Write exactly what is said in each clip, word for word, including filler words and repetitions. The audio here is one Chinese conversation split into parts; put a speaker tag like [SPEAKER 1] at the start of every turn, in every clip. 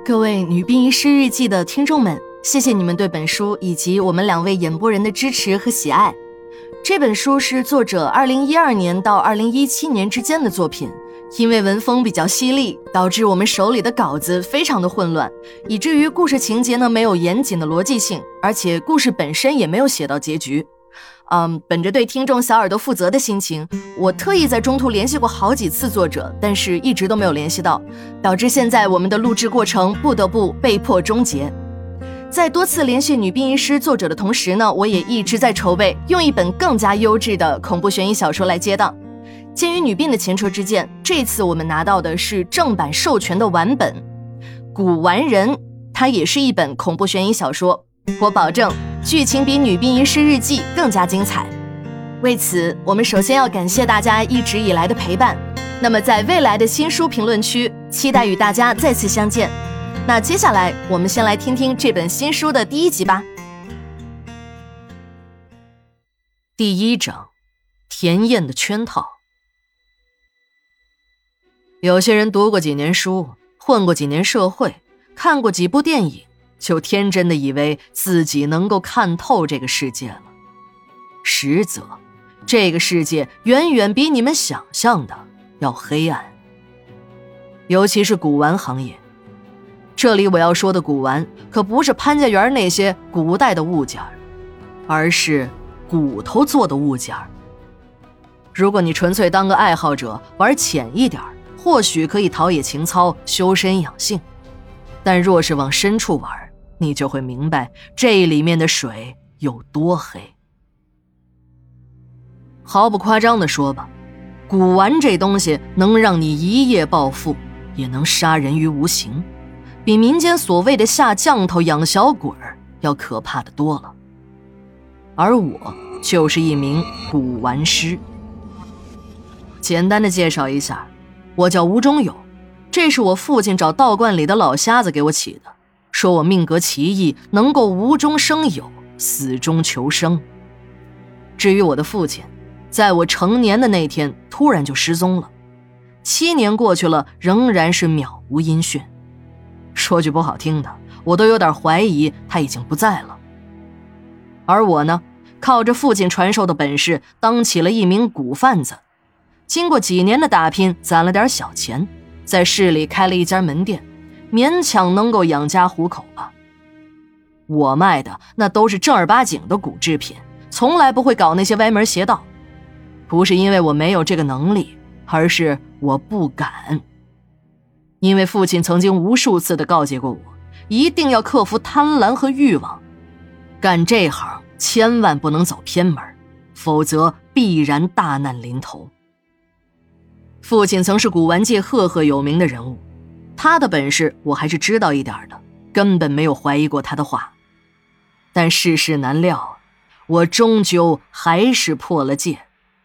[SPEAKER 1] 各位女兵医师日记的听众们，谢谢你们对本书以及我们两位演播人的支持和喜爱。这本书是作者二零一二年到二零一七年之间的作品，因为文风比较犀利，导致我们手里的稿子非常的混乱，以至于故事情节呢没有严谨的逻辑性，而且故事本身也没有写到结局。嗯，本着对听众小耳朵负责的心情，我特意在中途联系过好几次作者，但是一直都没有联系到，导致现在我们的录制过程不得不被迫终结。在多次联系女兵医师作者的同时呢，我也一直在筹备用一本更加优质的恐怖悬疑小说来接档。鉴于女兵的前车之鉴，这次我们拿到的是正版授权的完本《古玩人》，它也是一本恐怖悬疑小说，我保证剧情比女兵医师日记更加精彩。为此，我们首先要感谢大家一直以来的陪伴。那么在未来的新书评论区，期待与大家再次相见。那接下来我们先来听听这本新书的第一集吧。第一章，田燕的圈套。有些人读过几年书，混过几年社会，看过几部电影，就天真的以为自己能够看透这个世界了。实则这个世界远远比你们想象的要黑暗，尤其是古玩行业。这里我要说的古玩可不是潘家园那些古代的物件，而是骨头做的物件。如果你纯粹当个爱好者，玩浅一点，或许可以陶冶情操，修身养性，但若是往深处玩，你就会明白这里面的水有多黑。毫不夸张地说吧，古玩这东西能让你一夜暴富，也能杀人于无形，比民间所谓的下降头养小鬼要可怕的多了。而我就是一名古玩师。简单的介绍一下，我叫吴中友，这是我父亲找道观里的老瞎子给我起的，说我命格奇异，能够无中生有，死中求生。至于我的父亲，在我成年的那天突然就失踪了，七年过去了，仍然是渺无音讯。说句不好听的，我都有点怀疑他已经不在了。而我呢，靠着父亲传授的本事，当起了一名古贩子。经过几年的打拼，攒了点小钱，在市里开了一家门店，勉强能够养家糊口吧。我卖的那都是正儿八经的古制品，从来不会搞那些歪门邪道。不是因为我没有这个能力，而是我不敢。因为父亲曾经无数次地告诫过我，一定要克服贪婪和欲望，干这行千万不能走偏门，否则必然大难临头。父亲曾是古玩界赫赫有名的人物，他的本事我还是知道一点的，根本没有怀疑过他的话。但世事难料，我终究还是破了戒。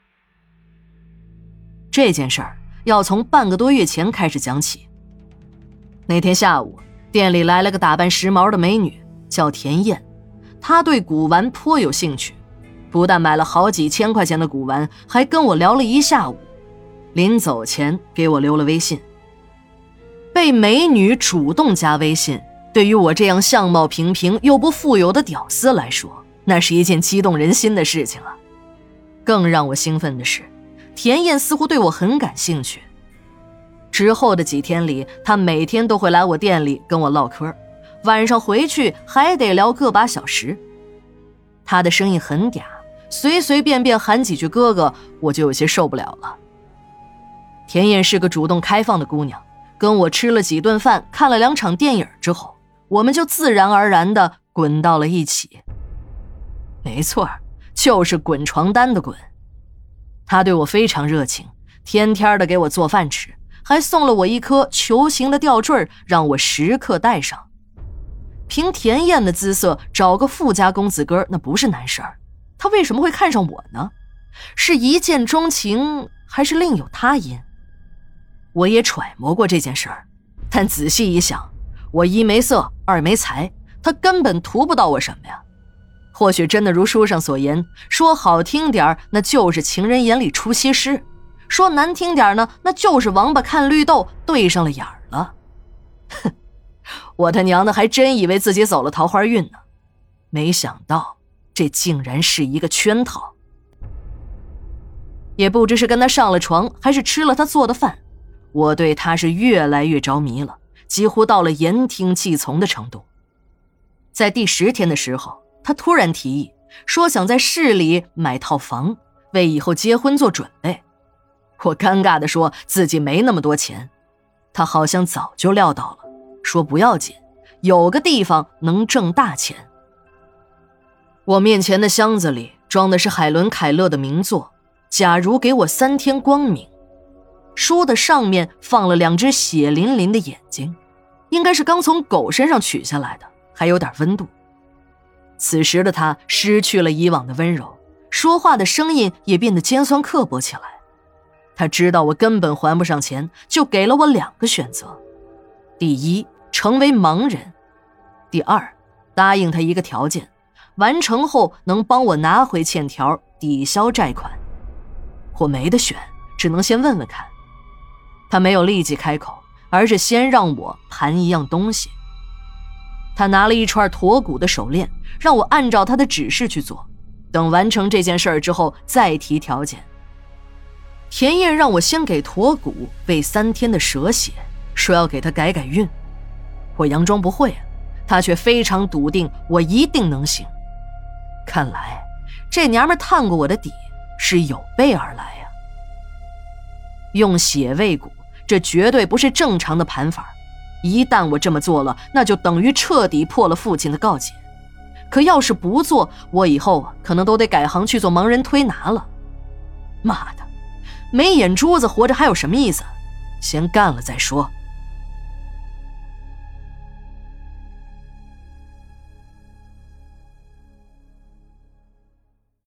[SPEAKER 1] 这件事儿要从半个多月前开始讲起。那天下午，店里来了个打扮时髦的美女，叫田燕。她对古玩颇有兴趣，不但买了好几千块钱的古玩，还跟我聊了一下午。临走前给我留了微信。被美女主动加微信，对于我这样相貌平平又不富有的屌丝来说，那是一件激动人心的事情啊。更让我兴奋的是，田燕似乎对我很感兴趣。之后的几天里，她每天都会来我店里跟我唠嗑，晚上回去还得聊个把小时。她的声音很嗲，随随便便喊几句哥哥，我就有些受不了了。田燕是个主动开放的姑娘，跟我吃了几顿饭，看了两场电影之后，我们就自然而然地滚到了一起。没错，就是滚床单的滚。她对我非常热情，天天的给我做饭吃，还送了我一颗球形的吊坠，让我时刻戴上。凭田燕的姿色，找个富家公子哥那不是难事儿。她为什么会看上我呢？是一见钟情，还是另有他因？我也揣摩过这件事儿，但仔细一想，我一没色，二没才，他根本图不到我什么呀。或许真的如书上所言，说好听点那就是情人眼里出西施，说难听点呢，那就是王八看绿豆对上了眼儿了。哼， 我他娘的还真以为自己走了桃花运呢，没想到这竟然是一个圈套。也不知是跟他上了床，还是吃了他做的饭，我对他是越来越着迷了，几乎到了言听计从的程度。在第十天的时候，他突然提议说想在市里买套房，为以后结婚做准备。我尴尬地说自己没那么多钱，他好像早就料到了，说不要紧，有个地方能挣大钱。我面前的箱子里装的是海伦·凯勒的名作《假如给我三天光明》，书的上面放了两只血淋淋的眼睛，应该是刚从狗身上取下来的，还有点温度。此时的他失去了以往的温柔，说话的声音也变得尖酸刻薄起来。他知道我根本还不上钱，就给了我两个选择：第一，成为盲人；第二，答应他一个条件，完成后能帮我拿回欠条，抵消债款。我没得选，只能先问问看。他没有立即开口，而是先让我盘一样东西。他拿了一串驼骨的手链，让我按照他的指示去做，等完成这件事之后再提条件。田燕让我先给驼骨喂三天的蛇血，说要给他改改运。我佯装不会啊，他却非常笃定我一定能行。看来这娘们探过我的底，是有备而来呀。用血喂骨，这绝对不是正常的盘法。一旦我这么做了，那就等于彻底破了父亲的告诫。可要是不做，我以后啊可能都得改行去做盲人推拿了。妈的，没眼珠子活着还有什么意思？先干了再说。